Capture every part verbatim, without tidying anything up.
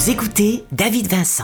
Vous écoutez David Vincent.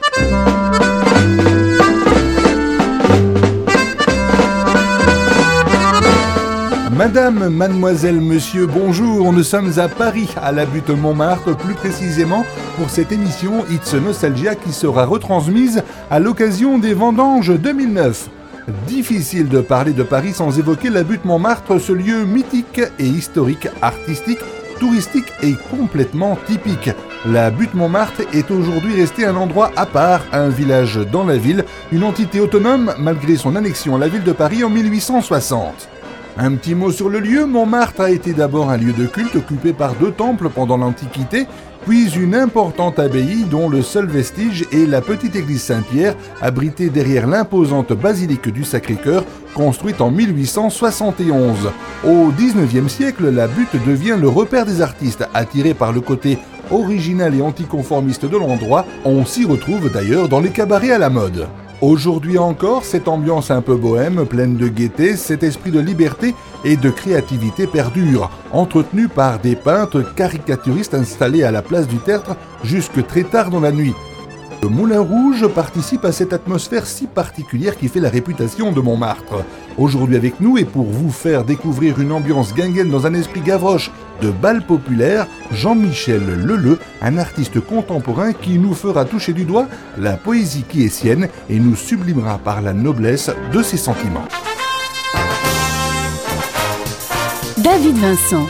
Madame, mademoiselle, monsieur, bonjour, nous sommes à Paris, à la butte Montmartre, plus précisément pour cette émission It's Nostalgia qui sera retransmise à l'occasion des vendanges deux mille neuf. Difficile de parler de Paris sans évoquer la butte Montmartre, ce lieu mythique et historique, artistique, touristique et complètement typique. La butte Montmartre est aujourd'hui restée un endroit à part, un village dans la ville, une entité autonome malgré son annexion à la ville de Paris en mille huit cent soixante. Un petit mot sur le lieu, Montmartre a été d'abord un lieu de culte occupé par deux temples pendant l'Antiquité, puis une importante abbaye dont le seul vestige est la petite église Saint-Pierre, abritée derrière l'imposante basilique du Sacré-Cœur, construite en mille huit cent soixante et onze. Au dix-neuvième siècle, la butte devient le repère des artistes, attirés par le côté original et anticonformiste de l'endroit. On s'y retrouve d'ailleurs dans les cabarets à la mode. Aujourd'hui encore, cette ambiance un peu bohème, pleine de gaieté, cet esprit de liberté et de créativité perdure, entretenu par des peintres caricaturistes installés à la place du Tertre jusque très tard dans la nuit. Le Moulin Rouge participe à cette atmosphère si particulière qui fait la réputation de Montmartre. Aujourd'hui avec nous, et pour vous faire découvrir une ambiance guinguenne dans un esprit gavroche de bal populaire, Jean-Michel Leleu, un artiste contemporain qui nous fera toucher du doigt la poésie qui est sienne et nous sublimera par la noblesse de ses sentiments. David Vincent.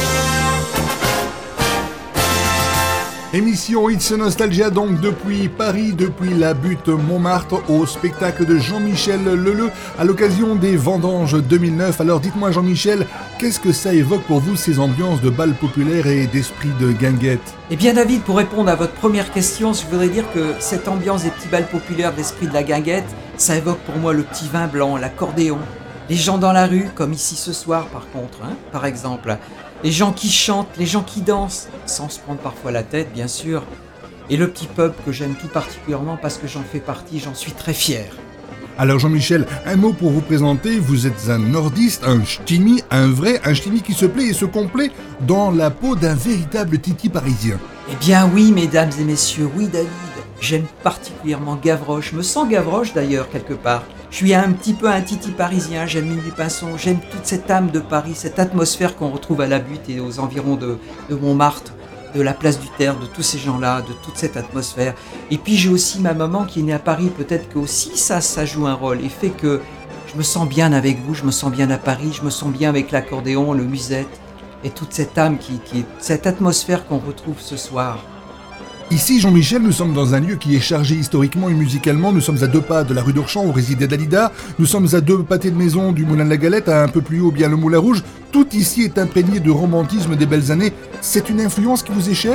Émission It's Nostalgia donc depuis Paris, depuis la butte Montmartre au spectacle de Jean-Michel Leleu à l'occasion des vendanges deux mille neuf. Alors dites-moi Jean-Michel, qu'est-ce que ça évoque pour vous ces ambiances de bal populaire et d'esprit de guinguette ? Eh bien David, pour répondre à votre première question, je voudrais dire que cette ambiance des petits bals populaires, d'esprit de la guinguette, ça évoque pour moi le petit vin blanc, l'accordéon, les gens dans la rue, comme ici ce soir par contre, hein, par exemple. Les gens qui chantent, les gens qui dansent, sans se prendre parfois la tête, bien sûr. Et le petit peuple que j'aime tout particulièrement parce que j'en fais partie, j'en suis très fier. Alors Jean-Michel, un mot pour vous présenter, vous êtes un nordiste, un ch'timi, un vrai, un ch'timi qui se plaît et se complaît dans la peau d'un véritable titi parisien. Eh bien oui, mesdames et messieurs, oui David, j'aime particulièrement Gavroche, je me sens Gavroche d'ailleurs quelque part. Je suis un petit peu un titi parisien, j'aime Mimi Pinson, j'aime toute cette âme de Paris, cette atmosphère qu'on retrouve à la butte et aux environs de, de Montmartre, de la place du Tertre, de tous ces gens-là, de toute cette atmosphère. Et puis j'ai aussi ma maman qui est née à Paris, peut-être que aussi ça, ça joue un rôle et fait que je me sens bien avec vous, je me sens bien à Paris, je me sens bien avec l'accordéon, le musette et toute cette âme, qui, qui est cette atmosphère qu'on retrouve ce soir. Ici, Jean-Michel, nous sommes dans un lieu qui est chargé historiquement et musicalement. Nous sommes à deux pas de la rue d'Orchamps où résidait Dalida. Nous sommes à deux pâtés de maison du Moulin de la Galette, à un peu plus haut bien le Moulin Rouge. Tout ici est imprégné de romantisme des belles années. C'est une influence qui vous est chère ?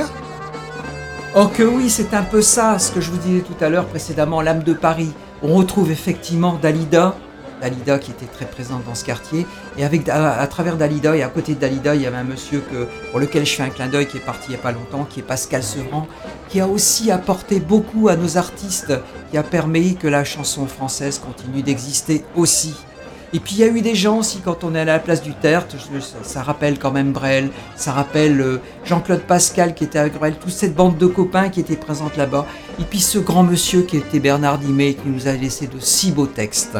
Oh que oui, c'est un peu ça, ce que je vous disais tout à l'heure précédemment, l'âme de Paris. On retrouve effectivement Dalida, Dalida qui était très présente dans ce quartier, et avec, à, à travers Dalida et à côté de Dalida, il y avait un monsieur que, pour lequel je fais un clin d'œil, qui est parti il n'y a pas longtemps, qui est Pascal Sevran, qui a aussi apporté beaucoup à nos artistes, qui a permis que la chanson française continue d'exister aussi. Et puis il y a eu des gens aussi, quand on est à la place du Tertre, je, ça, ça rappelle quand même Brel, ça rappelle euh, Jean-Claude Pascal qui était avec Brel, toute cette bande de copains qui étaient présente là-bas, et puis ce grand monsieur qui était Bernard Dimet, qui nous a laissé de si beaux textes.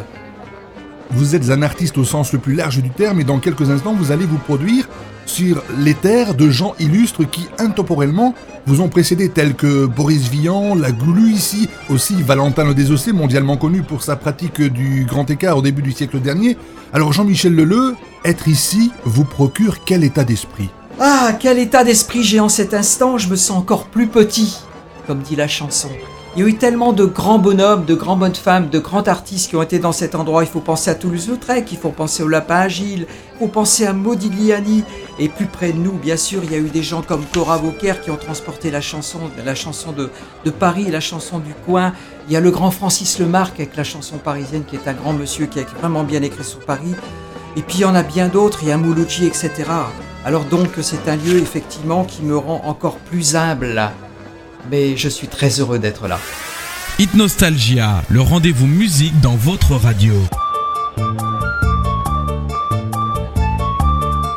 Vous êtes un artiste au sens le plus large du terme et dans quelques instants, vous allez vous produire sur les terres de gens illustres qui, intemporellement, vous ont précédé, tels que Boris Vian, la Goulue ici, aussi Valentin Le Désossé, mondialement connu pour sa pratique du grand écart au début du siècle dernier. Alors Jean-Michel Leleu, être ici vous procure quel état d'esprit ? Ah, quel état d'esprit j'ai en cet instant, je me sens encore plus petit, comme dit la chanson. Il y a eu tellement de grands bonhommes, de grandes bonnes femmes, de grands artistes qui ont été dans cet endroit. Il faut penser à Toulouse-Lautrec, il faut penser au Lapin Agile, il faut penser à Modigliani. Et plus près de nous, bien sûr, il y a eu des gens comme Cora Vauquer qui ont transporté la chanson, la chanson de, de Paris, la chanson du coin. Il y a le grand Francis Lemarque avec la chanson parisienne qui est un grand monsieur qui a vraiment bien écrit sur Paris. Et puis il y en a bien d'autres, il y a Mouloudji, et cetera. Alors donc c'est un lieu effectivement qui me rend encore plus humble. Mais je suis très heureux d'être là. It's Nostalgia, le rendez-vous musique dans votre radio.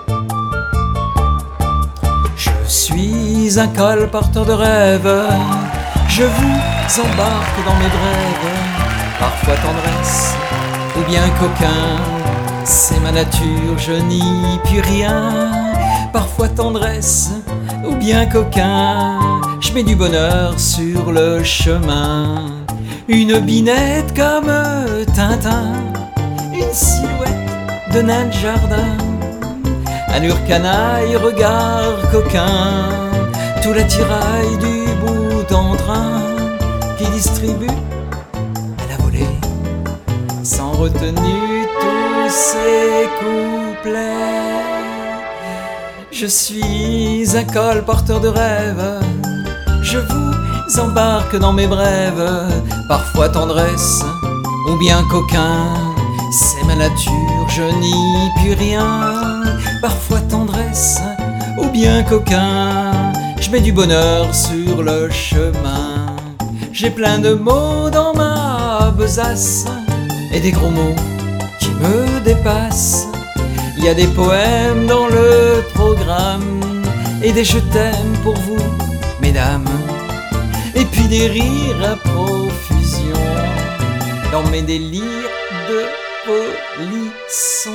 Je suis un colporteur de rêves Je vous embarque dans mes brèves, parfois tendresse ou bien coquin. C'est ma nature, je n'y puis rien. Parfois tendresse ou bien coquin. Je mets du bonheur sur le chemin. Une binette comme Tintin, une silhouette de nain de jardin. Allure canaille, regard coquin, tout l'attirail du bout en train qui distribue à la volée, sans retenue, tous ces couplets. Je suis un colporteur de rêves, je vous embarque dans mes brèves, parfois tendresse ou bien coquin. C'est ma nature, je n'y puis rien. Parfois tendresse ou bien coquin. Je mets du bonheur sur le chemin. J'ai plein de mots dans ma besace et des gros mots qui me dépassent. Il y a des poèmes dans le programme et des je t'aime pour vous, mesdames. Et puis des rires à profusion dans mes délires de polisson.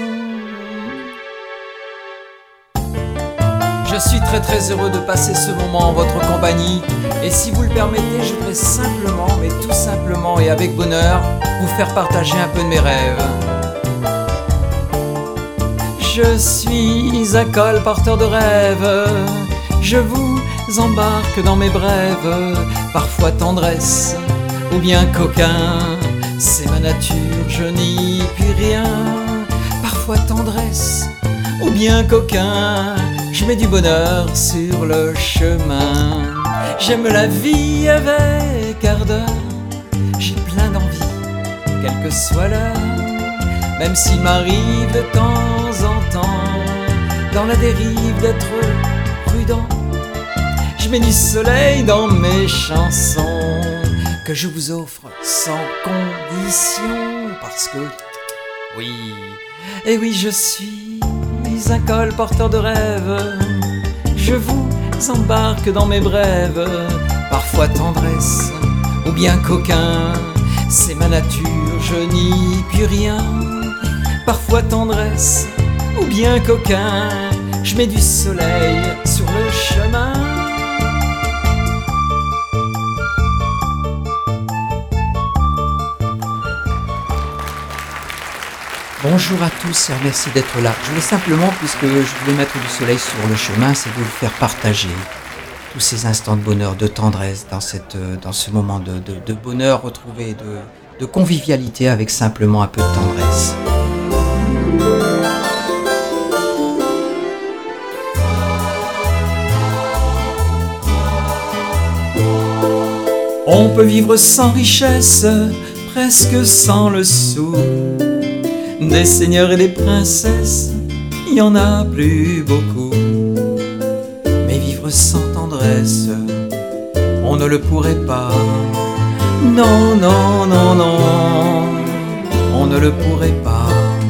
Je suis très très heureux de passer ce moment en votre compagnie. Et si vous le permettez, je voudrais simplement, mais tout simplement et avec bonheur, vous faire partager un peu de mes rêves. Je suis un colporteur de rêves, je vous embarque dans mes brèves, parfois tendresse ou bien coquin. C'est ma nature, je n'y puis rien. Parfois tendresse ou bien coquin. Je mets du bonheur sur le chemin. J'aime la vie avec ardeur. J'ai plein d'envie, quelle que soit l'heure. Même s'il m'arrive de temps en temps, dans la dérive d'être prudent, je mets du soleil dans mes chansons que je vous offre sans condition. Parce que, oui, et oui, je suis un colporteur de rêves. Je vous embarque dans mes brèves, parfois tendresse ou bien coquin. C'est ma nature, je n'y puis rien. Parfois tendresse ou bien coquin. Je mets du soleil sur le chemin. Bonjour à tous et merci d'être là. Je voulais simplement, puisque je voulais mettre du soleil sur le chemin, c'est de vous faire partager tous ces instants de bonheur, de tendresse, dans, cette, dans ce moment de, de, de bonheur retrouvé, de, de convivialité avec simplement un peu de tendresse. On peut vivre sans richesse, presque sans le sou. Des seigneurs et des princesses, il y en a plus beaucoup. Mais vivre sans tendresse, on ne le pourrait pas. Non, non, non, non, on ne le pourrait pas.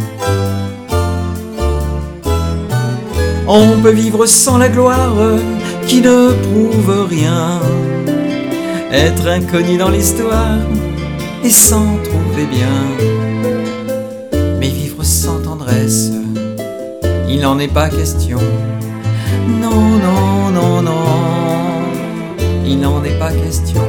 On peut vivre sans la gloire qui ne prouve rien, être inconnu dans l'histoire et s'en trouver bien. Mais vivre sans tendresse, il n'en est pas question. Non, non, non, non, il n'en est pas question.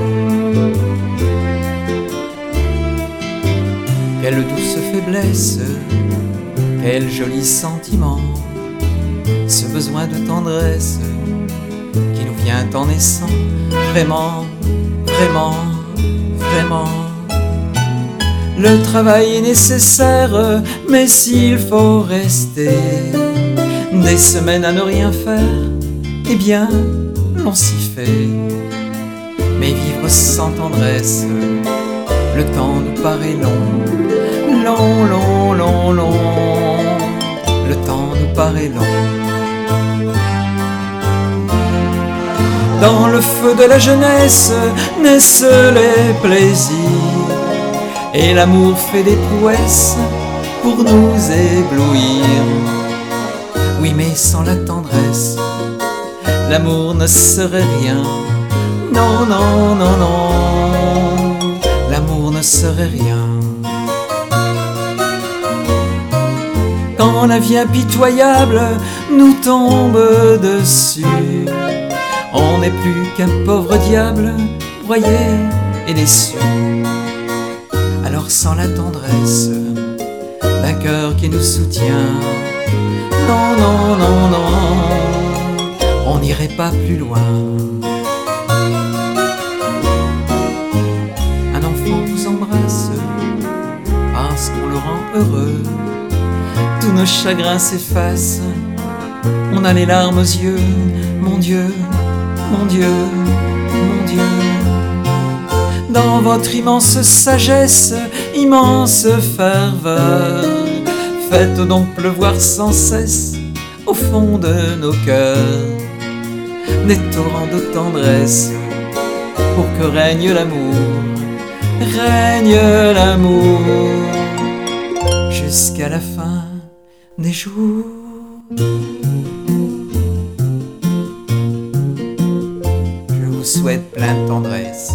Quelle douce faiblesse, quel joli sentiment, ce besoin de tendresse qui nous vient en naissant. Vraiment, vraiment, vraiment. Le travail est nécessaire, mais s'il faut rester des semaines à ne rien faire, eh bien, l'on s'y fait. Mais vivre sans tendresse, le temps nous paraît long, long, long, long, long. Le temps nous paraît long. Dans le feu de la jeunesse naissent les plaisirs, et l'amour fait des prouesses pour nous éblouir. Oui, mais sans la tendresse, l'amour ne serait rien. Non, non, non, non, l'amour ne serait rien. Quand la vie impitoyable nous tombe dessus, on n'est plus qu'un pauvre diable, broyé et déçu. Alors sans la tendresse d'un cœur qui nous soutient, non, non, non, non, on n'irait pas plus loin. Un enfant vous embrasse parce qu'on le rend heureux. Tous nos chagrins s'effacent, on a les larmes aux yeux. Mon Dieu, mon Dieu, mon Dieu. Dans votre immense sagesse, immense ferveur, faites donc pleuvoir sans cesse au fond de nos cœurs des torrents de tendresse pour que règne l'amour, règne l'amour jusqu'à la fin des jours. Je vous souhaite plein de tendresse.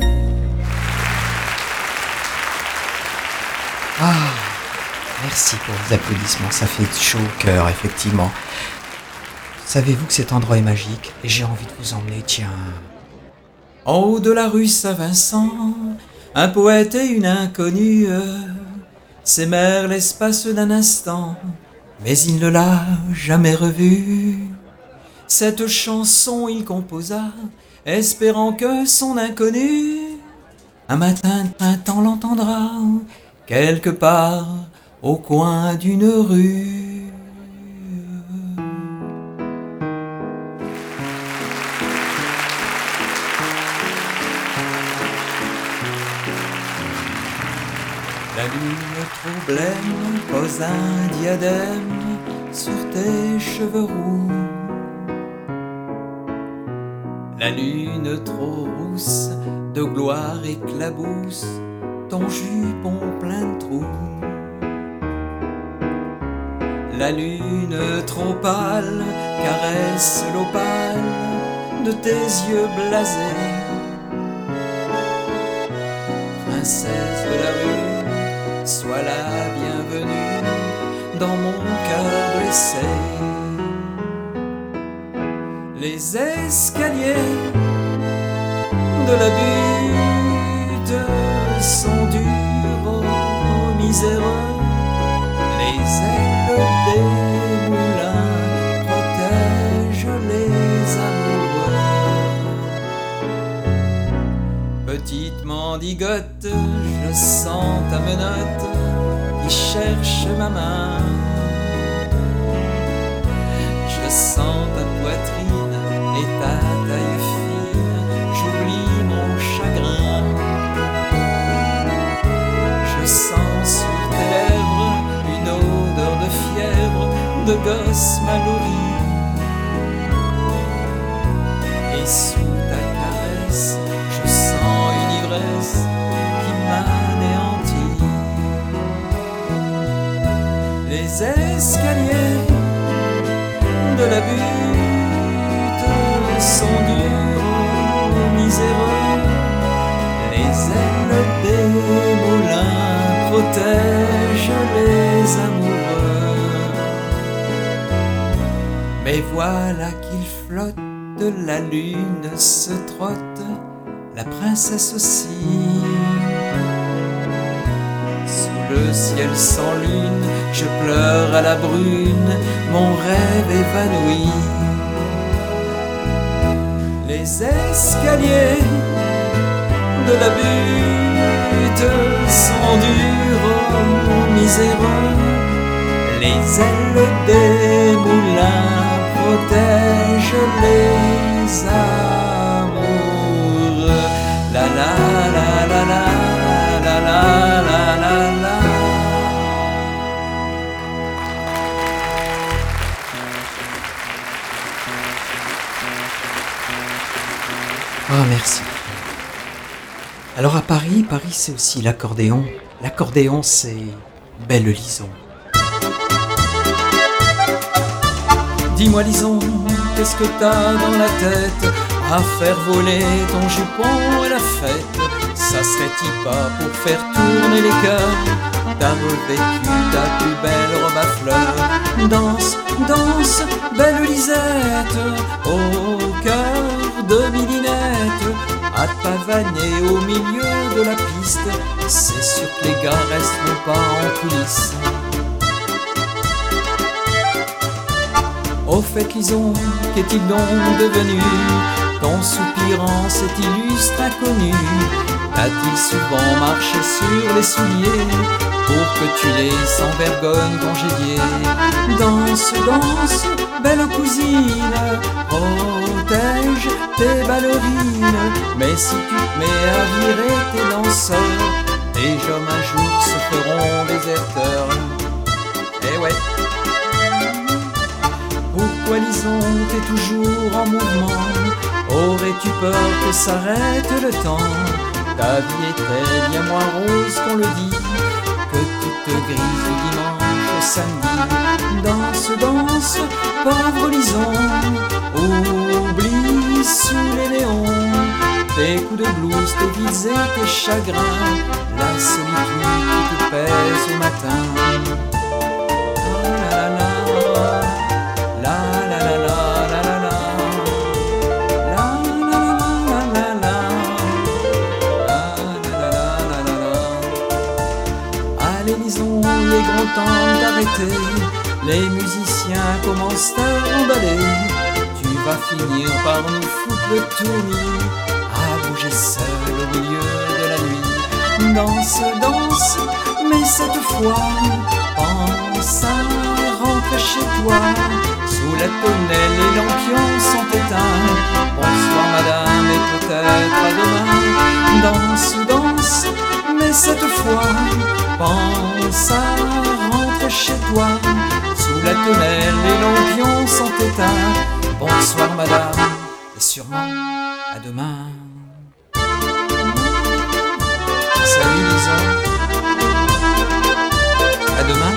Ah, merci pour vos applaudissements, ça fait chaud au cœur, effectivement. Savez-vous que cet endroit est magique et j'ai envie de vous emmener, tiens. En haut de la rue Saint-Vincent, un poète et une inconnue s'aimèrent l'espace d'un instant, mais il ne l'a jamais revue. Cette chanson il composa, espérant que son inconnu un matin de printemps l'entendra quelque part au coin d'une rue. La lune trop blême pose un diadème sur tes cheveux roux. La lune trop rousse de gloire éclabousse ton jupon plein de trous. La lune trop pâle caresse l'opale de tes yeux blasés. Princesse de la rue, sois la bienvenue dans mon cœur blessé. Les escaliers de la butte sont durs aux miséreux. Les ailes des moulins protègent les amoureux. Petite mendigote, je sens ta menotte qui cherche ma main. Je sens ta poitrine et ta taille fine, j'oublie mon chagrin. Je sens sur tes lèvres une odeur de fièvre, de gosse mal nourri. Et sous ta caresse, je sens une ivresse qui m'anéantit. Les escaliers de la butte sont durs aux miséreux. Les ailes des moulins protègent les amoureux. Mais voilà qu'il flotte, la lune se trotte, la princesse aussi. Sous le ciel sans lune, je pleure à la brune, mon rêve évanoui. Les escaliers de la butte sont durs aux miséreux. Les ailes des moulins protègent les amoureux. La la la la la la la la la la. Ah, merci. Alors à Paris, Paris c'est aussi l'accordéon. L'accordéon c'est Belle Lison. Dis-moi Lison, qu'est-ce que t'as dans la tête? À faire voler ton jupon à la fête, ça serait-il pas pour faire tourner les cœurs? T'as revêtu ta plus belle robe à fleurs. Danse, danse, belle Lisette, au cœur de Milinette, à te pavaner au milieu de la piste. C'est sûr que les gars resteront pas en coulisses. Au fait, Lison, qu'est-il donc devenu? Ton soupirant, cet illustre inconnu, a-t-il souvent marché sur les souliers pour que tu les sans vergogne congédiés? Danse, danse, belle cousine, protège tes ballerines. Mais si tu te mets à virer tes danseurs, tes hommes un jour se feront déserteurs. Eh ouais. Pourquoi, Lison, t'es toujours en mouvement? Aurais-tu peur que s'arrête le temps? Ta vie était bien moins rose qu'on le dit, que toute grise du dimanche au samedi. Danse, danse, pauvre Lison, oublie sous les néons tes coups de blouse, tes vides et tes chagrins, la solitude qui te pèse au matin. Oh là là là, la la la la. Lison, il est grand temps d'arrêter. Les musiciens commencent à emballer. Tu vas finir par nous foutre le tournis, à bouger seul au milieu de la nuit. Danse, danse, mais cette fois, pense à rentrer chez toi. Sous la tonnelle, les lampions sont éteints. Bonsoir madame et peut-être à demain. Danse, danse, mais cette fois, pense à rentrer chez toi. Sous la tonnelle, les lampions sont éteints. Bonsoir madame, et sûrement à demain. Salut Lison, à demain.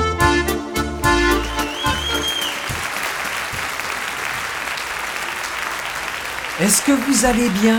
Est-ce que vous allez bien?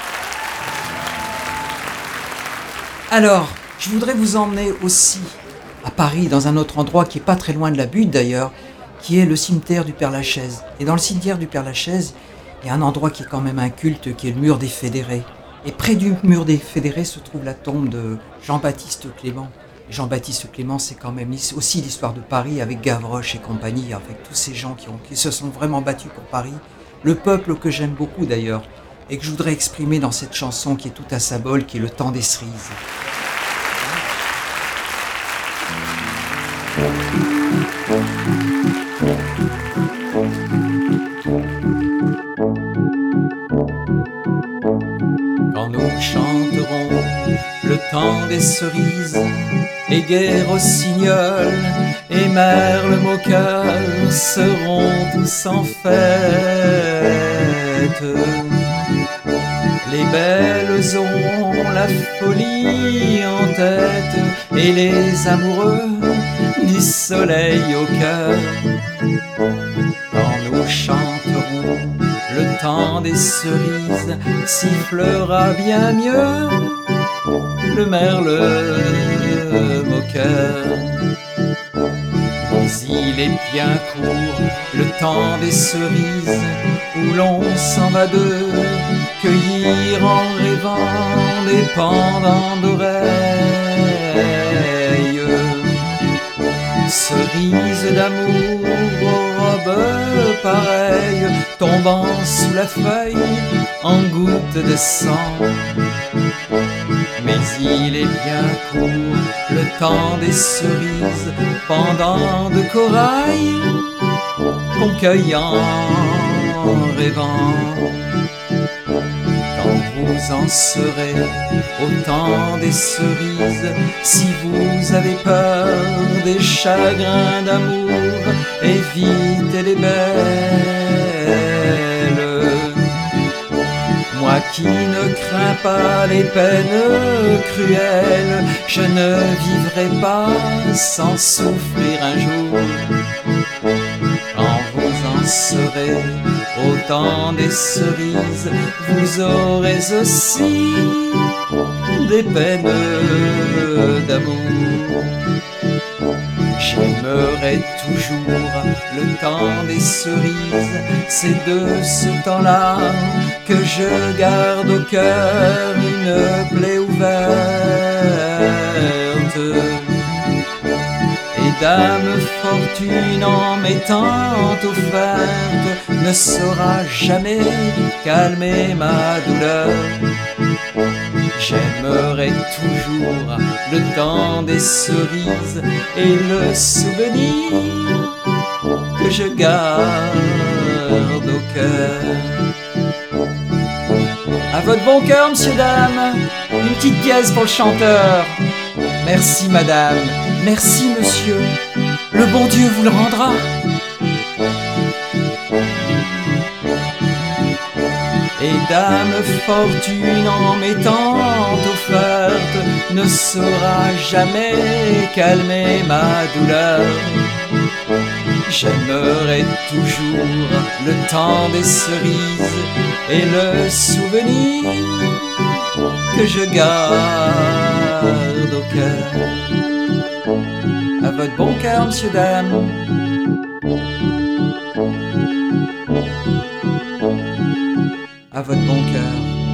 Alors, je voudrais vous emmener aussi à Paris, dans un autre endroit qui est pas très loin de la butte d'ailleurs, qui est le cimetière du Père-Lachaise. Et dans le cimetière du Père-Lachaise, il y a un endroit qui est quand même un culte, qui est le mur des Fédérés. Et près du mur des Fédérés se trouve la tombe de Jean-Baptiste Clément. Et Jean-Baptiste Clément, c'est quand même aussi l'histoire de Paris, avec Gavroche et compagnie, avec tous ces gens qui, ont, qui se sont vraiment battus pour Paris. Le peuple que j'aime beaucoup d'ailleurs, et que je voudrais exprimer dans cette chanson qui est tout à sa bol, qui est Le temps des cerises. Quand nous chanterons le temps des cerises, et Gai Rossignol et Merle Moqueur seront tous en fête. Les belles auront la folie en tête, et les amoureux du soleil au cœur. Quand nous chanterons le temps des cerises, sifflera bien mieux le merle moqueur. Mais il est bien court le temps des cerises, où l'on s'en va de cueillir en rêvant des pendants d'oreilles. Cerises d'amour aux robes pareilles, tombant sous la feuille en gouttes de sang. Mais il est bien court le temps des cerises, pendant de corail qu'on cueille en rêvant. Quand vous en serez au temps des cerises, si vous avez peur des chagrins d'amour, évitez les belles. Moi qui ne crains pas les peines cruelles, je ne vivrai pas sans souffrir un jour. Quand vous en serez au temps des cerises, vous aurez aussi des peines d'amour. J'aimerais toujours le temps des cerises, c'est de ce temps-là que je garde au cœur une plaie ouverte. Et Dame Fortune en m'étant offerte ne saura jamais calmer ma douleur. J'aimerais toujours le temps des cerises et le souvenir que je garde au cœur. À votre bon cœur, monsieur, dame, une petite pièce pour le chanteur. Merci, madame, merci, monsieur, le bon Dieu vous le rendra. Et Dame Fortune en m'étant offerte ne saura jamais calmer ma douleur. J'aimerais toujours le temps des cerises et le souvenir que je garde au cœur. À votre bon cœur, monsieur, dame. À votre bon cœur.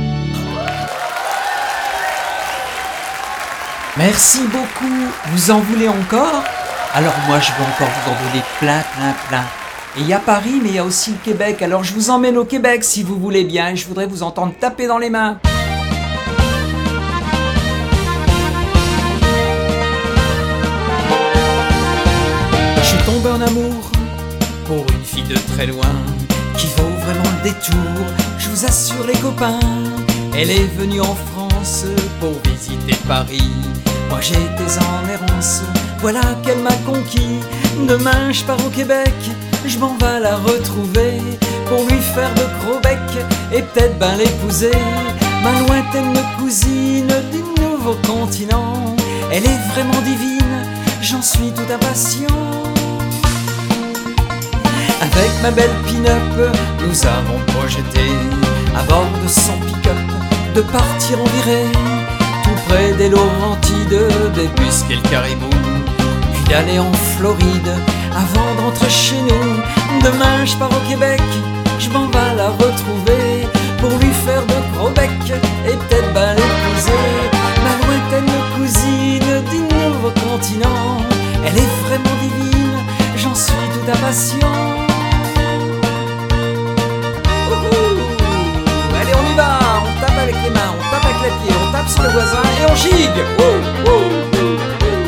Merci beaucoup. Vous en voulez encore? Alors moi je veux encore vous en donner plein, plein, plein. Et il y a Paris, mais il y a aussi le Québec. Alors je vous emmène au Québec si vous voulez bien. Et je voudrais vous entendre taper dans les mains. Je suis tombé en amour pour une fille de très loin qui vaut vraiment le détour, je vous assure les copains. Elle est venue en France pour visiter Paris. Moi j'étais en errance, voilà qu'elle m'a conquis. Demain je pars au Québec, je m'en vais la retrouver pour lui faire de gros becs et peut-être ben l'épouser. Ma lointaine cousine du nouveau continent, elle est vraiment divine, j'en suis tout impatient. Avec ma belle pin-up, nous avons projeté, à bord de son pick-up, de partir en virée, tout près des Laurentides, débusquer le Caribou, puis d'aller en Floride, avant de rentrer chez nous. Demain je pars au Québec, je m'en vais la retrouver, pour lui faire de gros becs, et peut-être ben l'épouser. Ma lointaine cousine du nouveau continent, elle est vraiment divine, j'en suis tout impatient. Allez, on y va, on tape avec les mains, on tape avec les pieds, on tape sur le voisin et on gigue. Ouh, ouh, ouh.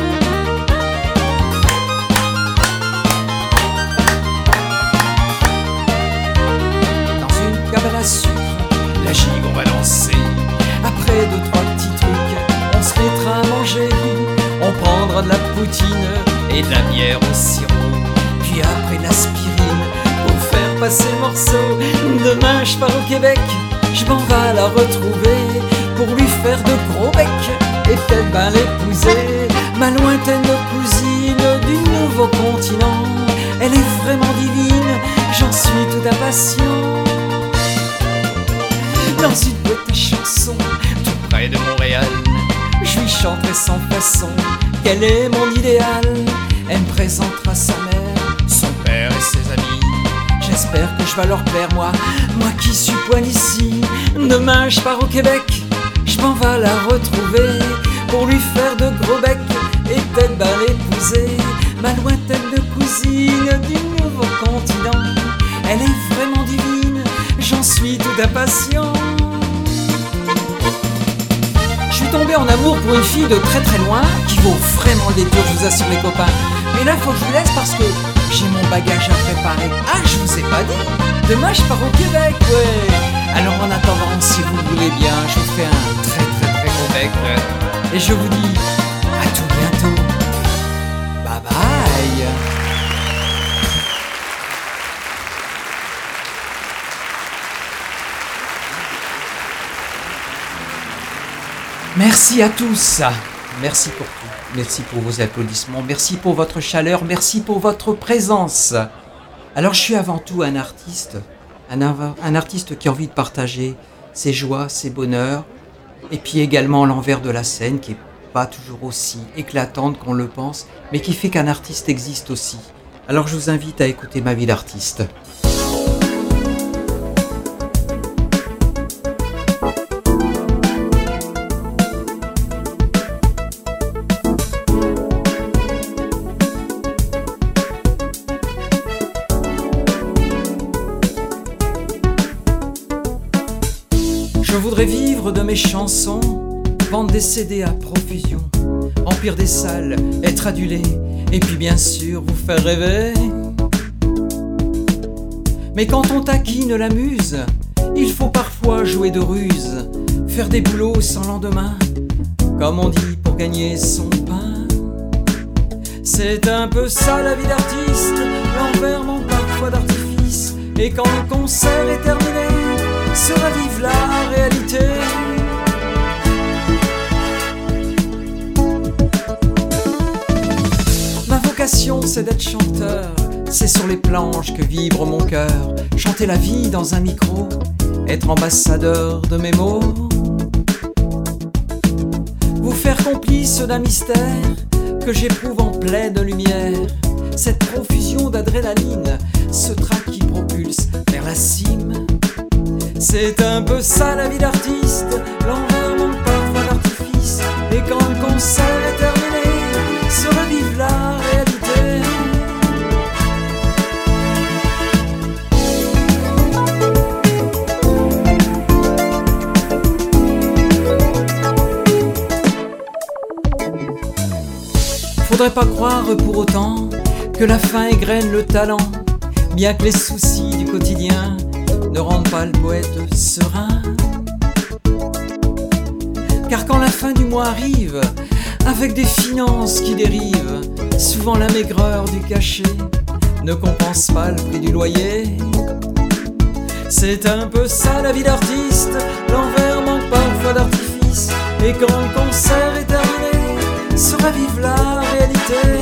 Dans une cabane à sucre, la gigue on va lancer. Après deux, trois petits trucs, on se mettra à manger. On prendra de la poutine et de la bière au sirop, puis après de l'aspirine pour faire passer le morceau. Demain je pars au Québec, je m'en vais la retrouver pour lui faire de gros becs et peut-être ben l'épouser. Ma lointaine cousine du nouveau continent, elle est vraiment divine, j'en suis tout impatient. Dans une petite chanson tout près de Montréal, je lui chanterai sans façon qu'elle est mon idéal. Elle me présentera sa mère, son père et ses amis. J'espère que je vais leur plaire, moi, moi qui suis poil ici. Demain je pars au Québec, je m'en vais la retrouver pour lui faire de gros becs et peut-être ben l'épouser. Ma lointaine de cousine du nouveau continent, elle est vraiment divine, j'en suis tout impatient. Je suis tombé en amour pour une fille de très très loin qui vaut vraiment le détour, je vous assure les copains. Mais là faut que je vous laisse parce que j'ai mon bagage à préparer. Ah, je vous ai pas dit, demain je pars au Québec, ouais. Alors en attendant, si vous voulez bien, je vous fais un très très très gros bec et je vous dis à tout bientôt. Bye bye. Merci à tous. Merci pour tout. Merci pour vos applaudissements. Merci pour votre chaleur. Merci pour votre présence. Alors je suis avant tout un artiste, un, un artiste qui a envie de partager ses joies, ses bonheurs, et puis également l'envers de la scène qui est pas toujours aussi éclatante qu'on le pense, mais qui fait qu'un artiste existe aussi. Alors je vous invite à écouter ma vie d'artiste. Je voudrais vivre de mes chansons, vendre des C D à profusion, remplir des salles, être adulé, et puis bien sûr vous faire rêver. Mais quand on taquine la muse, il faut parfois jouer de ruse, faire des boulots sans lendemain, comme on dit pour gagner son pain. C'est un peu ça la vie d'artiste, l'envers manque parfois d'artifice, et quand le concert est terminé, se ravive la réalité. Ma vocation c'est d'être chanteur, c'est sur les planches que vibre mon cœur. Chanter la vie dans un micro, être ambassadeur de mes mots. Vous faire complice d'un mystère que j'éprouve en pleine lumière. Cette profusion d'adrénaline, ce trac qui propulse vers la cime. C'est un peu ça la vie d'artiste, l'envers manque parfois d'artifice, et quand le concert est terminé, se revive la réalité. Faudrait pas croire pour autant que la faim égrène le talent, bien que les soucis du quotidien ne rendent pas le poète serein. Car quand la fin du mois arrive, avec des finances qui dérivent, souvent la maigreur du cachet ne compense pas le prix du loyer. C'est un peu ça la vie d'artiste, l'envers manque parfois d'artifice, et quand le concert est terminé, se ravive la réalité.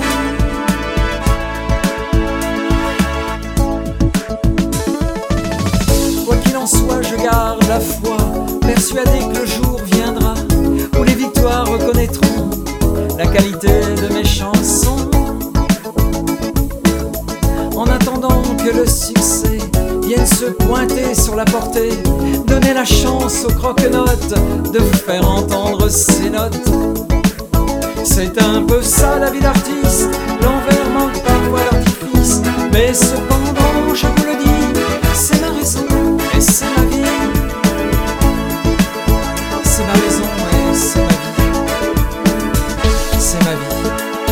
Soit je garde la foi, persuadé que le jour viendra où les victoires reconnaîtront la qualité de mes chansons. En attendant que le succès vienne se pointer sur la portée, donner la chance aux croque-notes de vous faire entendre ces notes. C'est un peu ça la vie d'artiste, l'envers manque parfois d'artifice, mais cependant je vous le dis, c'est ma raison. Et c'est ma vie, c'est ma raison et c'est ma vie, c'est ma vie,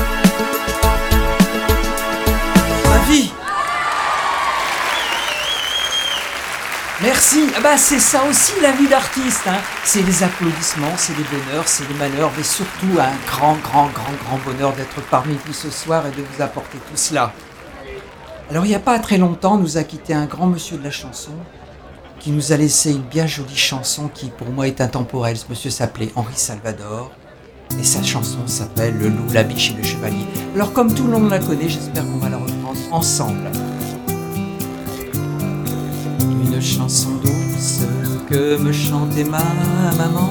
ma vie. Merci. Ah bah c'est ça aussi la vie d'artiste, hein. C'est les applaudissements, c'est les bonheurs, c'est les malheurs, mais surtout un grand, grand, grand, grand bonheur d'être parmi vous ce soir et de vous apporter tout cela. Alors il n'y a pas très longtemps, nous a quitté un grand monsieur de la chanson, qui nous a laissé une bien jolie chanson qui pour moi est intemporelle. Ce monsieur s'appelait Henri Salvador et sa chanson s'appelle Le loup, la biche et le chevalier. Alors comme tout le monde la connaît, j'espère qu'on va la reprendre ensemble. Une chanson douce que me chantait ma maman,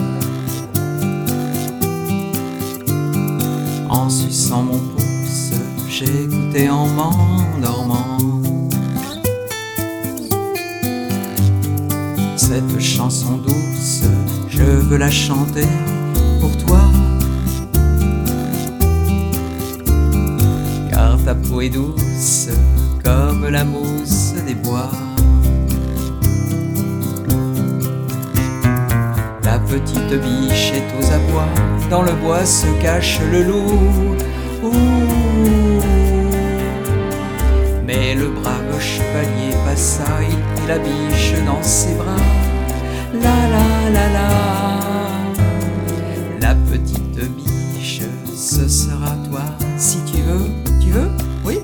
en suçant mon pouce, j'écoutais en m'endormant. Cette chanson douce, je veux la chanter pour toi, car ta peau est douce comme la mousse des bois. La petite biche est aux abois, dans le bois se cache le loup. Ouh. Mais le brave chevalier passa, il prit la biche dans ses bras. La la la la, la petite biche, ce sera toi si tu veux. Tu veux? Oui.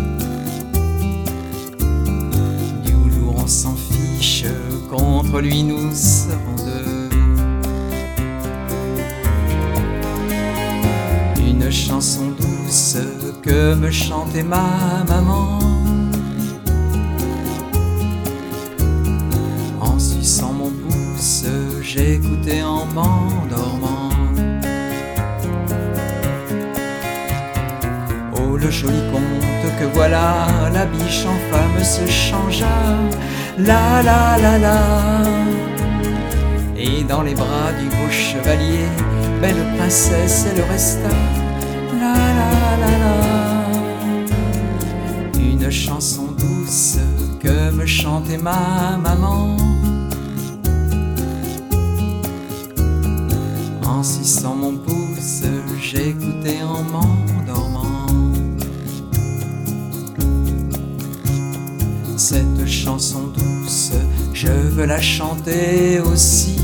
Du loup on s'en fiche, contre lui nous serons deux. Une chanson douce que me chantait ma maman, m'endormant. Oh, le joli conte que voilà, la biche en femme se changea. La la la la. Et dans les bras du beau chevalier, belle princesse, elle resta. La la la la. Une chanson douce que me chantait ma maman. En suçant mon pouce, j'écoutais en m'endormant. Cette chanson douce, je veux la chanter aussi.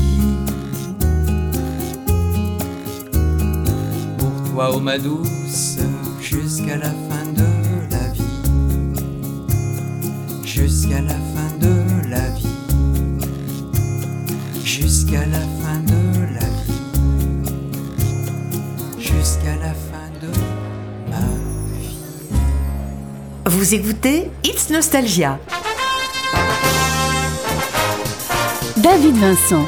Pour toi, ô ma douce, jusqu'à la fin de la vie. Jusqu'à la fin de la vie. Jusqu'à la fin de la vie. Jusqu'à la fin de ma vie. Vous écoutez It's Nostalgia. David Vincent.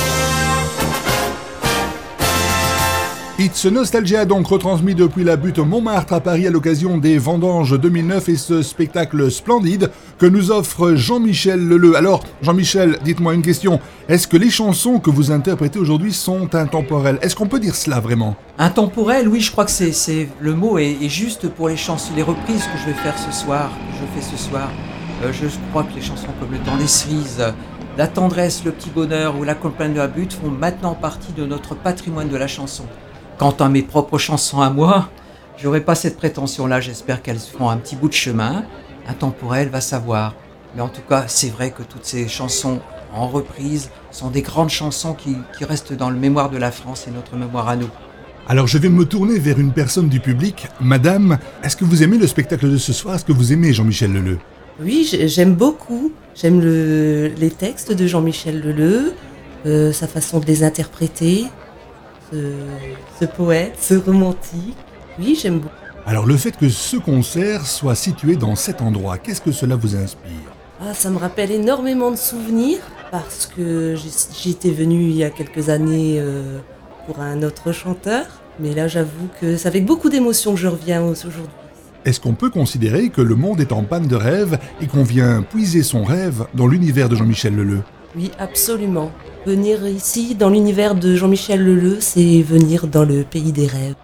It's Nostalgia, donc retransmis depuis la butte Montmartre à Paris à l'occasion des Vendanges deux mille neuf et ce spectacle splendide que nous offre Jean-Michel Leleux. Alors, Jean-Michel, dites-moi une question. Est-ce que les chansons que vous interprétez aujourd'hui sont intemporelles ? Est-ce qu'on peut dire cela vraiment ? Intemporel, oui, je crois que c'est, c'est le mot est, est juste pour les chansons, les reprises que je vais faire ce soir, que je fais ce soir. Euh, je crois que les chansons comme Le temps des cerises, La tendresse, Le petit bonheur ou La campagne de la butte font maintenant partie de notre patrimoine de la chanson. Quant à mes propres chansons à moi, j'aurais pas cette prétention-là. J'espère qu'elles feront un petit bout de chemin. Intemporel, va savoir. Mais en tout cas, c'est vrai que toutes ces chansons en reprise sont des grandes chansons qui, qui restent dans le mémoire de la France et notre mémoire à nous. Alors je vais me tourner vers une personne du public. Madame, est-ce que vous aimez le spectacle de ce soir ? Est-ce que vous aimez Jean-Michel Leleux ? Oui, j'aime beaucoup. J'aime le, les textes de Jean-Michel Leleux, euh, sa façon de les interpréter. Ce, ce poète, ce romantique. Oui, j'aime beaucoup. Alors le fait que ce concert soit situé dans cet endroit, qu'est-ce que cela vous inspire ? Ah, ça me rappelle énormément de souvenirs parce que j'y étais venue il y a quelques années euh, pour un autre chanteur. Mais là, j'avoue que c'est avec beaucoup d'émotion que je reviens aujourd'hui. Est-ce qu'on peut considérer que le monde est en panne de rêve et qu'on vient puiser son rêve dans l'univers de Jean-Michel Leleux ? Oui, absolument. Venir ici, dans l'univers de Jean-Michel Leleux, c'est venir dans le pays des rêves.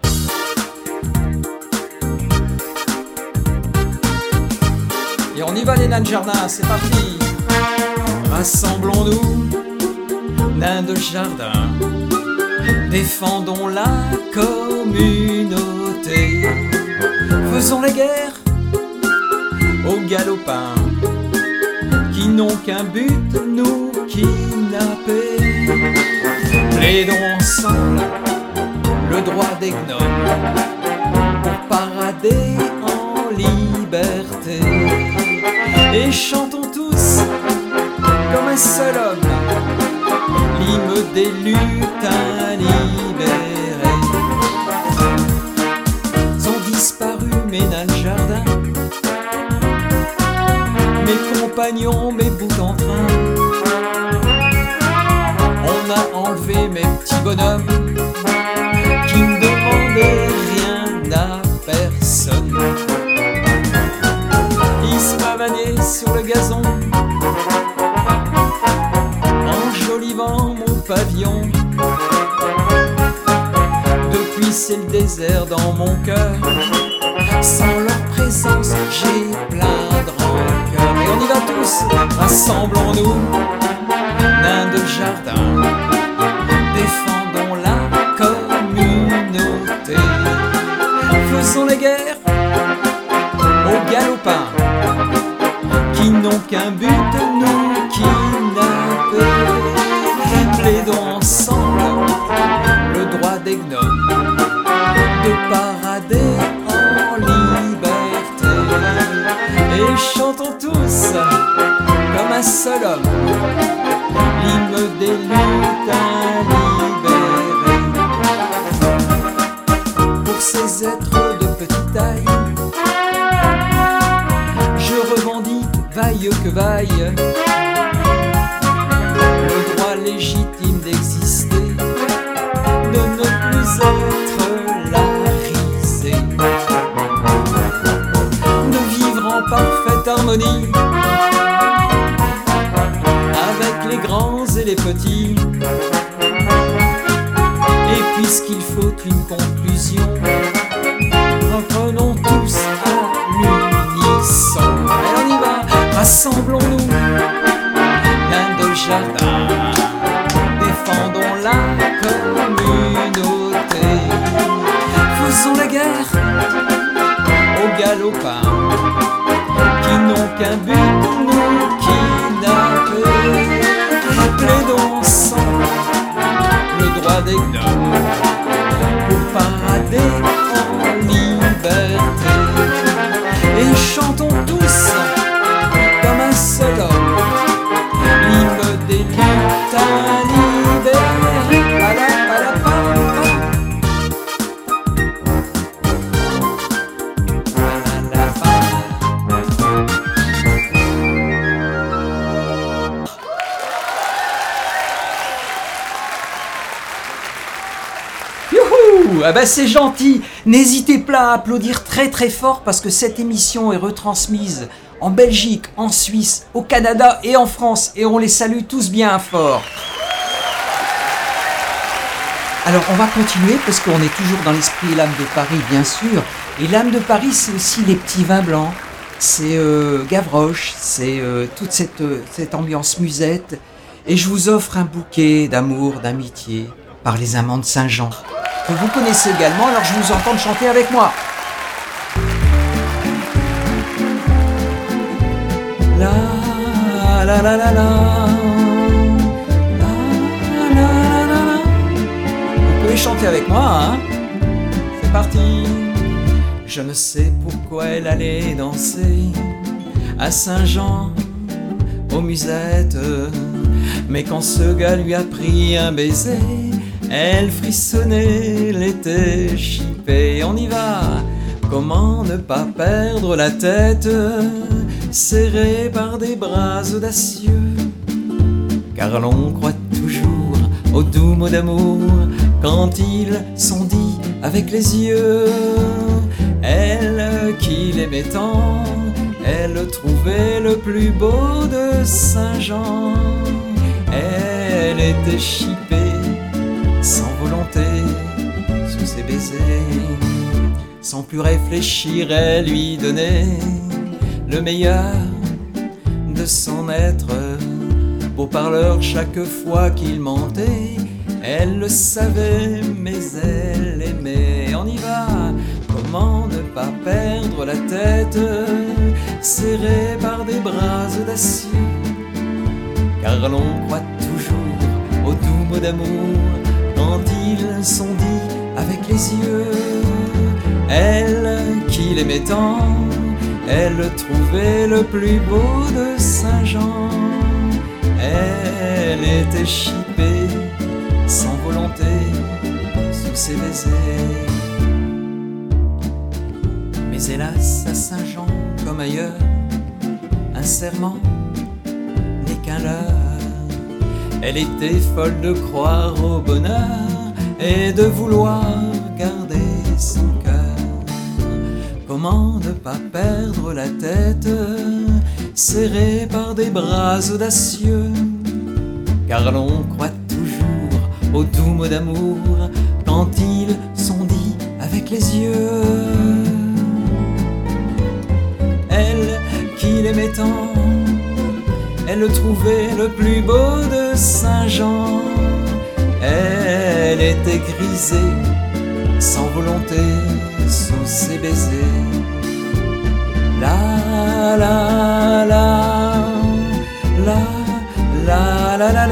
Et on y va les nains de jardin, c'est parti. Rassemblons-nous, nains de jardin. Défendons la communauté. Faisons la guerre aux galopins qui n'ont qu'un but, nous kidnapper. Plaidons ensemble le droit des gnomes pour parader en liberté. Et chantons tous comme un seul homme l'hymne des lutins libérés. Sont disparus mes nains de jardin, mes compagnons, mes bouts en train. On a enlevé mes petits bonhommes qui ne demandaient rien à personne. Ils se pavanaient sur le gazon, enjolivant mon pavillon. Depuis c'est le désert dans mon cœur. Sans leur présence j'ai plein de rancœur. Et on y va tous, rassemblons-nous, nains de jardin. Défendons la communauté. Faisons la guerre aux galopins qui n'ont qu'un but, nous kidnapper. Plaidons ensemble le droit des gnomes de parader en liberté. Et chantons tous comme un seul homme l'hymne des lutins libérés. Pour ces êtres de petite taille, je revendique vaille que vaille harmonie avec les grands et les petits. Et puisqu'il faut une conclusion, reprenons tous à l'unisson. Allez, on y va, rassemblons-nous, plein de jardins, défendons la communauté. Faisons la guerre aux galopins qui n'ont qu'un but, nous kidnapper. Plaidons ensemble le droit des gnomes pour parader en liberté. Et chantons tous comme un seul homme l'hymne des lutins libérés. Palapalapapa. Ah bah c'est gentil, n'hésitez pas à applaudir très très fort parce que cette émission est retransmise en Belgique, en Suisse, au Canada et en France et on les salue tous bien fort. Alors on va continuer parce qu'on est toujours dans l'esprit L'âme de Paris bien sûr, et L'âme de Paris c'est aussi les petits vins blancs, c'est euh, Gavroche, c'est euh, toute cette, euh, cette ambiance musette, et je vous offre un bouquet d'amour, d'amitié par les amants de Saint-Jean. Que vous connaissez également, alors je vous entends chanter avec moi. La la la la la la la la la. Vous pouvez chanter avec moi, hein. C'est parti. Je ne sais pourquoi elle allait danser à Saint-Jean, aux musettes, mais quand ce gars lui a pris un baiser, elle frissonnait, l'était chippée. On y va, comment ne pas perdre la tête, serrée par des bras audacieux, car l'on croit toujours aux doux mots d'amour quand ils sont dits avec les yeux. Elle qui l'aimait tant, elle trouvait le plus beau de Saint-Jean. Elle était chippée sans volonté, sous ses baisers, sans plus réfléchir, elle lui donnait le meilleur de son être. Beau parleur chaque fois qu'il mentait, elle le savait, mais elle aimait. On y va, comment ne pas perdre la tête, serrée par des bras audacieux, car l'on croit toujours aux doux mots d'amour quand ils sont dits avec les yeux. Elle qui l'aimait tant, elle trouvait le plus beau de Saint-Jean. Elle était chippée sans volonté sous ses baisers. Mais hélas à Saint-Jean comme ailleurs, un serment n'est qu'un leurre. Elle était folle de croire au bonheur et de vouloir garder son cœur. Comment ne pas perdre la tête, serrée par des bras audacieux, car l'on croit toujours aux doux mots d'amour quand ils sont dits avec les yeux. Elle qui l'aimait tant, elle le trouvait le plus beau de Saint-Jean. Elle était grisée, sans volonté, sous ses baisers. La la la la la la la la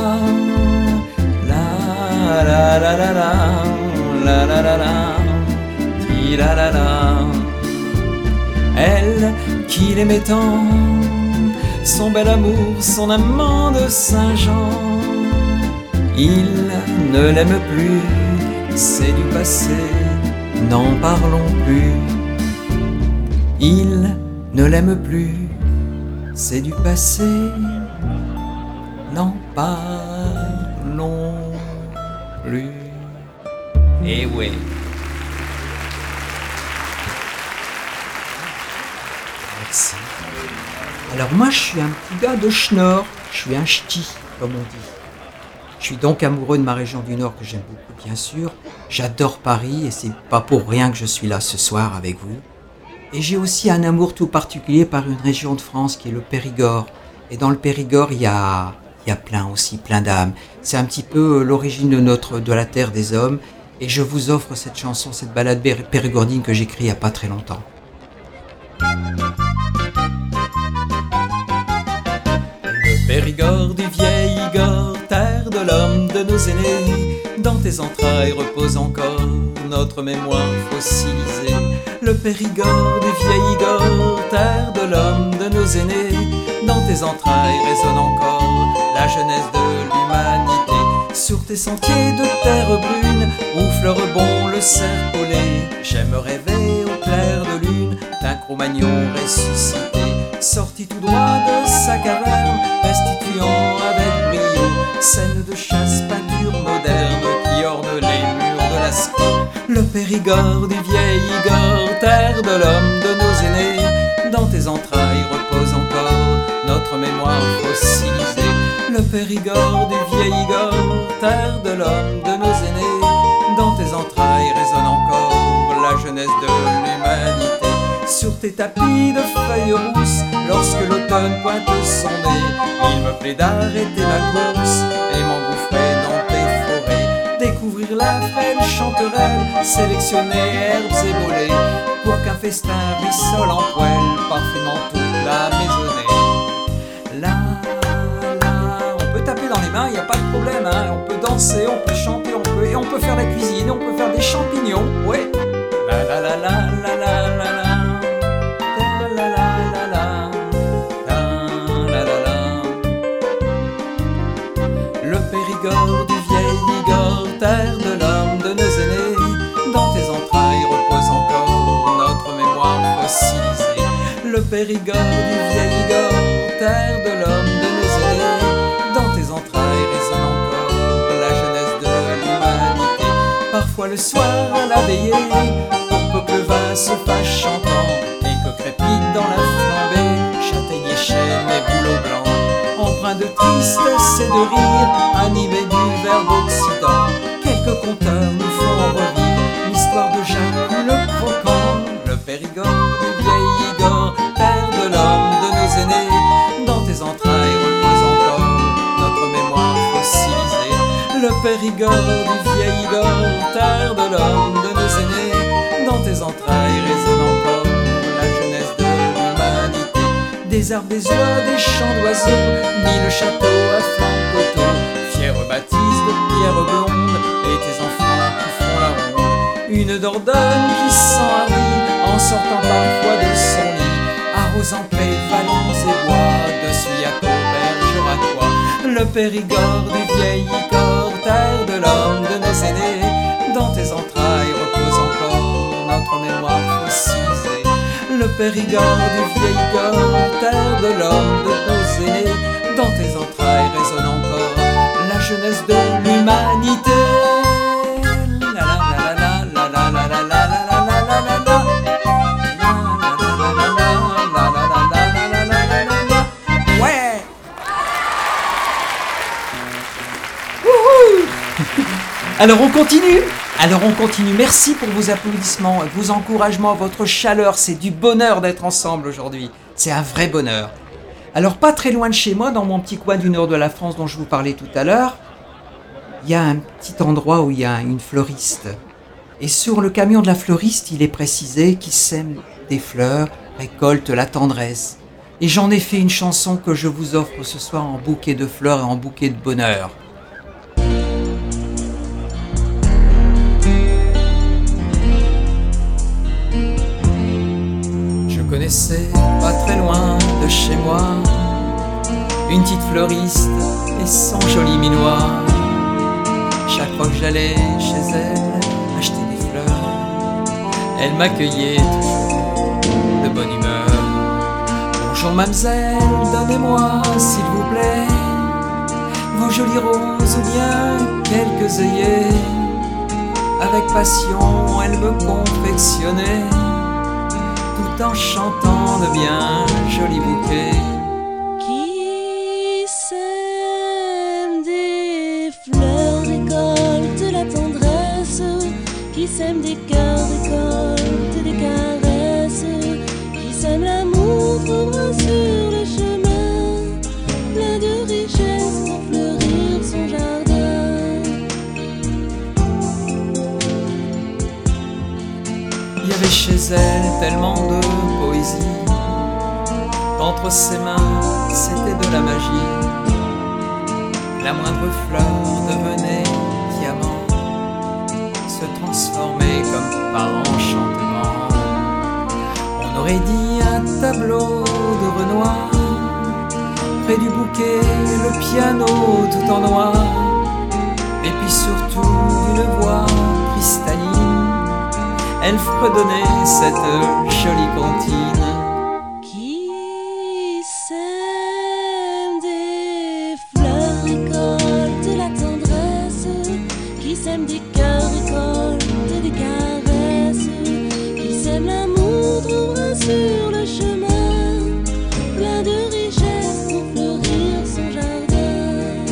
la la la la la la la la la ti la la la. Elle qui l'aimait tant, son bel amour, son amant de Saint-Jean, il ne l'aime plus, c'est du passé, n'en parlons plus. Il ne l'aime plus, c'est du passé, n'en parlons plus. Eh oui. Merci. Alors moi, je suis un petit gars de Schnorr, je suis un ch'ti, comme on dit. Je suis donc amoureux de ma région du Nord que j'aime beaucoup, bien sûr. J'adore Paris et c'est pas pour rien que je suis là ce soir avec vous. Et j'ai aussi un amour tout particulier par une région de France qui est le Périgord. Et dans le Périgord, il y a, il y a plein aussi, plein d'âmes. C'est un petit peu l'origine de notre, de la terre des hommes. Et je vous offre cette chanson, cette balade périgordine que j'ai écrite il n'y a pas très longtemps. Le Périgord du vieil Igor, terre de l'homme de nos aînés. Dans tes entrailles repose encore notre mémoire fossilisée. Le Périgord du vieil Igor, terre de l'homme de nos aînés. Dans tes entrailles résonne encore la jeunesse de l'humanité. Sur tes sentiers de terre brune, où fleure bon le cerf collé, j'aime rêver au clair de lune d'un Cro-Magnon ressuscité, sorti tout droit de sa caverne, restituant avec brio scène de chasse, peinture moderne qui orne les murs de Lascaux. Le Périgord du vieil Igor, terre de l'homme de nos aînés, dans tes entrailles repose encore notre mémoire fossilisée. Le Périgord du vieil Igor, terre de l'homme de nos aînés, dans tes entrailles résonne encore la jeunesse de l'humanité. Sur tes tapis de feuilles rousses, lorsque l'automne pointe son nez, il me plaît d'arrêter ma course et m'engouffrer dans tes forêts, découvrir la frêle chanterelle, sélectionner herbes et bolets, pour qu'un festin ruissole en poêle, parfumant toute la maisonnée. Là, taper dans les mains, il n'y a pas de problème, hein. On peut danser, on peut chanter, on peut, et on peut faire la cuisine, on peut faire des champignons, ouais. La la la la la la la la. La la la la la. La la la. Le Périgord du vieil Igor, terre de l'homme de nos aînés, dans tes entrailles repose encore notre mémoire fossilisée. Le Périgord du vieil Igor, terre de l'homme de nos aînés, dans tes entrailles résonne encore la jeunesse de l'humanité. Parfois le soir à la veillée, pour peu que le vin se fasse chantant, et que crépite dans la flambée châtaignier, chêne et bouleau blanc, empreint de tristesse et de rire, animé du verbe occident, quelques conteurs nous font revivre l'histoire de Jacques le Croquant. Le Périgord du vieil Igor, terre de l'homme de nos aînés, dans tes entrailles repose encore notre mémoire fossilisée. Le Périgord du vieil Igor, terre de l'homme de nos aînés, dans tes entrailles résonne encore la jeunesse de l'humanité. Des arbres, des oies, des chants d'oiseaux, mille châteaux à flanc coteaux, fière bâtisse de pierre blonde, et tes enfants qui font la ronde. Une Dordogne qui s'enhardit en sortant parfois de son lit, arrosant prés, vallons et bois, de Souillac aux Bergeracois. Le Périgord du vieil Igor, terre de l'homme de nos aînés, dans tes entrailles repose encore notre mémoire fossilisée. Le Périgord du vieil Igor, terre de l'homme de nos aînés, dans tes entrailles résonne encore la jeunesse de l'humanité. La la la la la la la la la la la la la la. Alors on continue, alors on continue. Merci pour vos applaudissements, vos encouragements, votre chaleur. C'est du bonheur d'être ensemble aujourd'hui. C'est un vrai bonheur. Alors pas très loin de chez moi, dans mon petit coin du nord de la France dont je vous parlais tout à l'heure, il y a un petit endroit où il y a une fleuriste. Et sur le camion de la fleuriste, il est précisé qu'il sème des fleurs, récolte la tendresse. Et j'en ai fait une chanson que je vous offre ce soir en bouquet de fleurs et en bouquet de bonheur. Je connaissais pas très loin de chez moi une petite fleuriste et son joli minois. Chaque fois que j'allais chez elle acheter des fleurs, elle m'accueillait toujours de bonne humeur. Bonjour mademoiselle, donnez-moi s'il vous plaît vos jolies roses ou bien quelques œillets. Avec passion elle me confectionnait tout en chantant de bien jolis bouquets. sème des cœurs, récolte des caresses, qui sème l'amour, trouvera sur le chemin plein de richesses pour fleurir son jardin. Il y avait chez elle tellement de poésie, qu'entre ses mains c'était de la magie. La moindre fleur devenait diamant, se transformait comme par enchantement. On aurait dit un tableau de Renoir, près du bouquet le piano tout en noir, et puis surtout d'une voix cristalline, elle fredonnait cette jolie comptine. Qui sème des fleurs récolte la tendresse, qui sème des cœurs récolte des caresses, qui sème l'amour trouvera sur le chemin plein de richesses pour fleurir son jardin.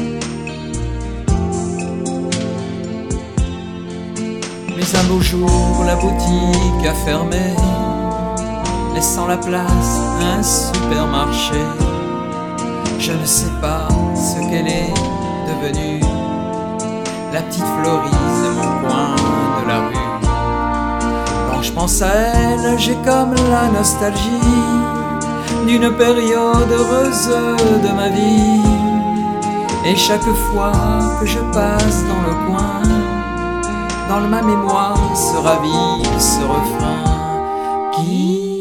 Mais un beau jour, la boutique a fermé, laissant la place à un supermarché. Je ne sais pas ce qu'elle est devenue, la petite Florise de mon coin de la rue. Quand je pense à elle, j'ai comme la nostalgie d'une période heureuse de ma vie. Et chaque fois que je passe dans le coin, dans ma mémoire se ravive ce refrain. Qui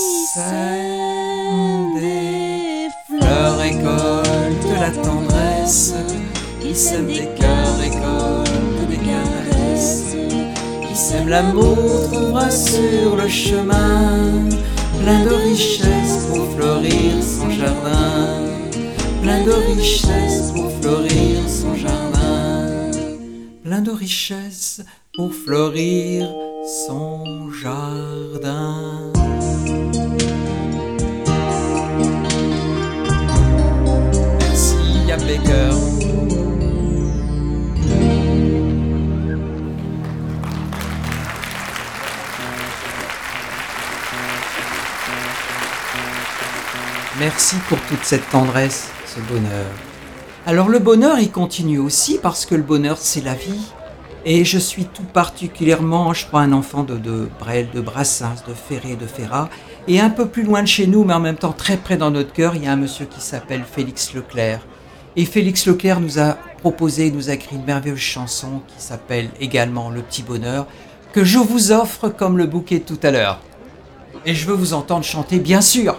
sème des fleurs récolte la tendresse, qui sème des cœurs récolte des caresses, qui sème l'amour trouvera sur le chemin plein de richesses pour fleurir son jardin, plein de richesses pour fleurir son jardin, plein de richesses pour fleurir son jardin. Merci Yann Baker. Merci pour toute cette tendresse, ce bonheur. Alors le bonheur, il continue aussi parce que le bonheur, c'est la vie. Et je suis tout particulièrement, je crois, un enfant de, de Brel, de Brassens, de Ferré, de Ferrat. Et un peu plus loin de chez nous, mais en même temps très près dans notre cœur, il y a un monsieur qui s'appelle Félix Leclerc. Et Félix Leclerc nous a proposé, nous a écrit une merveilleuse chanson qui s'appelle également Le Petit Bonheur, que je vous offre comme le bouquet tout à l'heure. Et je veux vous entendre chanter, bien sûr.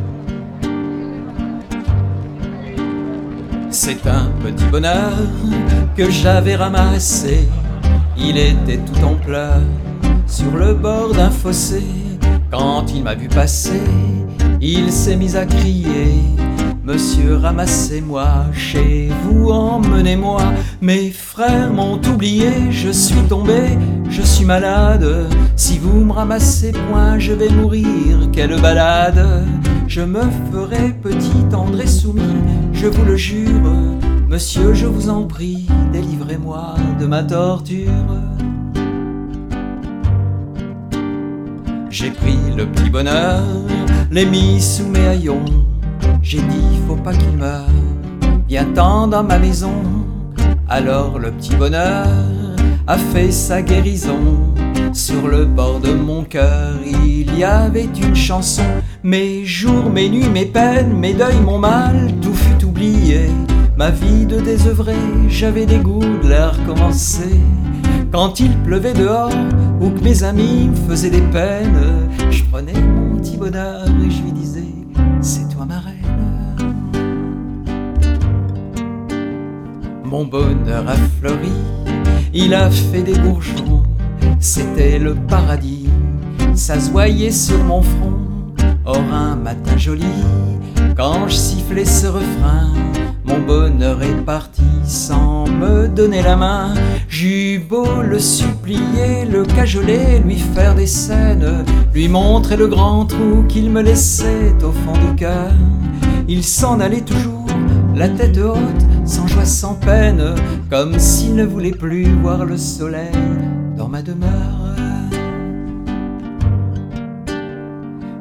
C'est un petit bonheur que j'avais ramassé. Il était tout en pleurs sur le bord d'un fossé. Quand il m'a vu passer, il s'est mis à crier: Monsieur, ramassez-moi chez vous, emmenez-moi. Mes frères m'ont oublié, je suis tombé, je suis malade. Si vous me ramassez point, je vais mourir, quelle balade. Je me ferai petit, tendre et soumis, je vous le jure. Monsieur, je vous en prie, délivrez-moi de ma torture. J'ai pris le petit bonheur, l'ai mis sous mes haillons. J'ai dit, faut pas qu'il meure, viens-t'en dans ma maison. Alors le petit bonheur a fait sa guérison. Sur le bord de mon cœur, il y avait une chanson. Mes jours, mes nuits, mes peines, mes deuils, mon mal, tout fut oublié. Ma vie de désœuvré, j'avais des goûts de la recommencer. Quand il pleuvait dehors, ou que mes amis me faisaient des peines, je prenais mon petit bonheur et je lui disais, c'est toi ma reine. Mon bonheur a fleuri, il a fait des bourgeons, c'était le paradis, ça se voyait sur mon front. Or un matin joli, quand je sifflais ce refrain, mon bonheur est parti sans me donner la main. J'eus beau le supplier, le cajoler, lui faire des scènes, lui montrer le grand trou qu'il me laissait au fond du cœur. Il s'en allait toujours, la tête haute, sans joie, sans peine, comme s'il ne voulait plus voir le soleil dans ma demeure.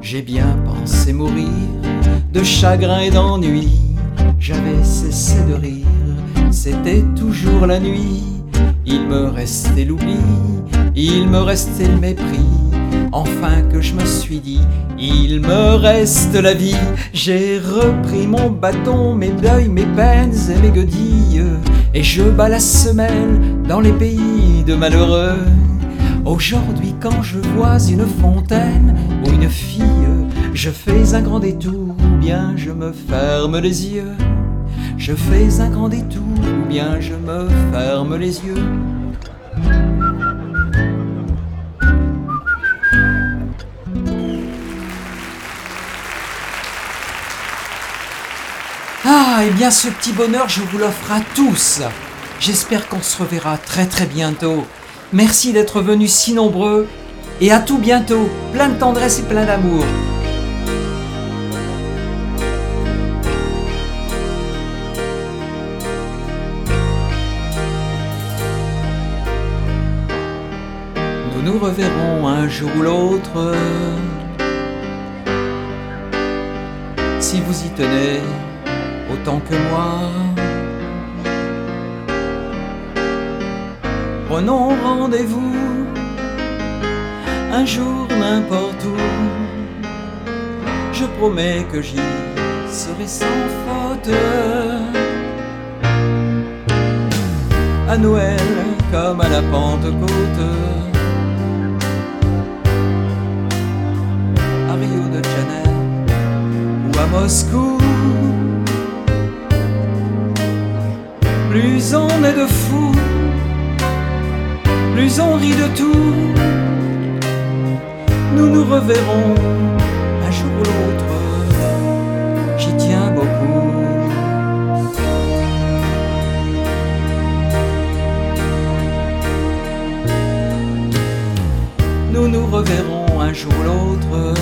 J'ai bien pensé mourir de chagrin et d'ennui. J'avais cessé de rire, c'était toujours la nuit. Il me restait l'oubli, il me restait le mépris. Enfin que je me suis dit, il me reste la vie. J'ai repris mon bâton, mes deuils, mes peines et mes guedilles, et je bats la semelle dans les pays de malheureux. Aujourd'hui quand je vois une fontaine ou une fille, je fais un grand détour ou bien je me ferme les yeux. Je fais un grand détour ou bien je me ferme les yeux. Ah, et bien ce petit bonheur, je vous l'offre à tous. J'espère qu'on se reverra très très bientôt. Merci d'être venus si nombreux. Et à tout bientôt, plein de tendresse et plein d'amour. Nous nous reverrons un jour ou l'autre. Si vous y tenez autant que moi, prenons rendez-vous un jour n'importe où. Je promets que j'y serai sans faute. À Noël comme à la Pentecôte, à Rio de Janeiro ou à Moscou. Plus on est de fous, plus on rit de tout. Nous nous reverrons un jour ou l'autre, j'y tiens beaucoup. Nous nous reverrons un jour ou l'autre.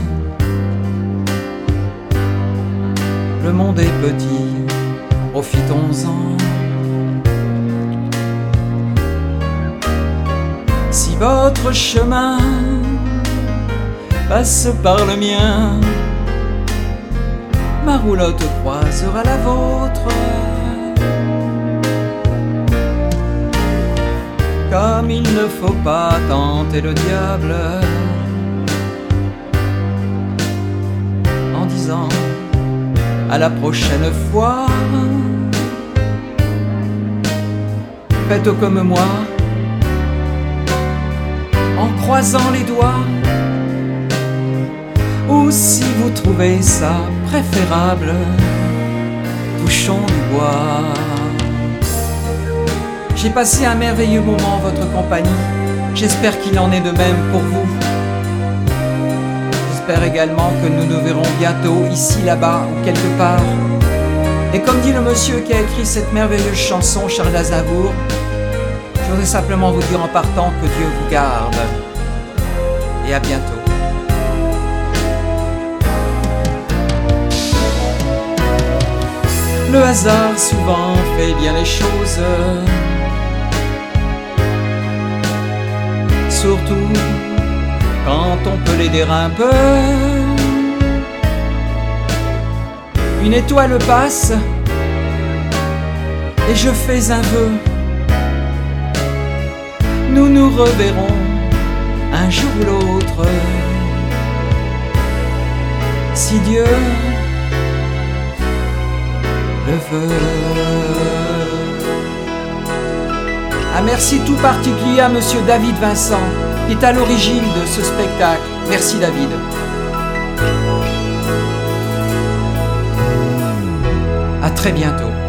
Le monde est petit, profitons-en. Si votre chemin passe par le mien, ma roulotte croisera la vôtre. Comme il ne faut pas tenter le diable en disant à la prochaine fois, faites comme moi en croisant les doigts. Ou si vous trouvez ça préférable, touchons du bois. J'ai passé un merveilleux moment en votre compagnie. J'espère qu'il en est de même pour vous. J'espère également que nous nous verrons bientôt ici, là-bas ou quelque part. Et comme dit le monsieur qui a écrit cette merveilleuse chanson, Charles Aznavour, je voudrais simplement vous dire en partant que Dieu vous garde. Et à bientôt. Le hasard souvent fait bien les choses, surtout quand on peut l'aider un peu. Une étoile passe et je fais un vœu. Nous nous reverrons un jour ou l'autre, si Dieu le veut. Un merci tout particulier à monsieur David Vincent, qui est à l'origine de ce spectacle. Merci David. À très bientôt.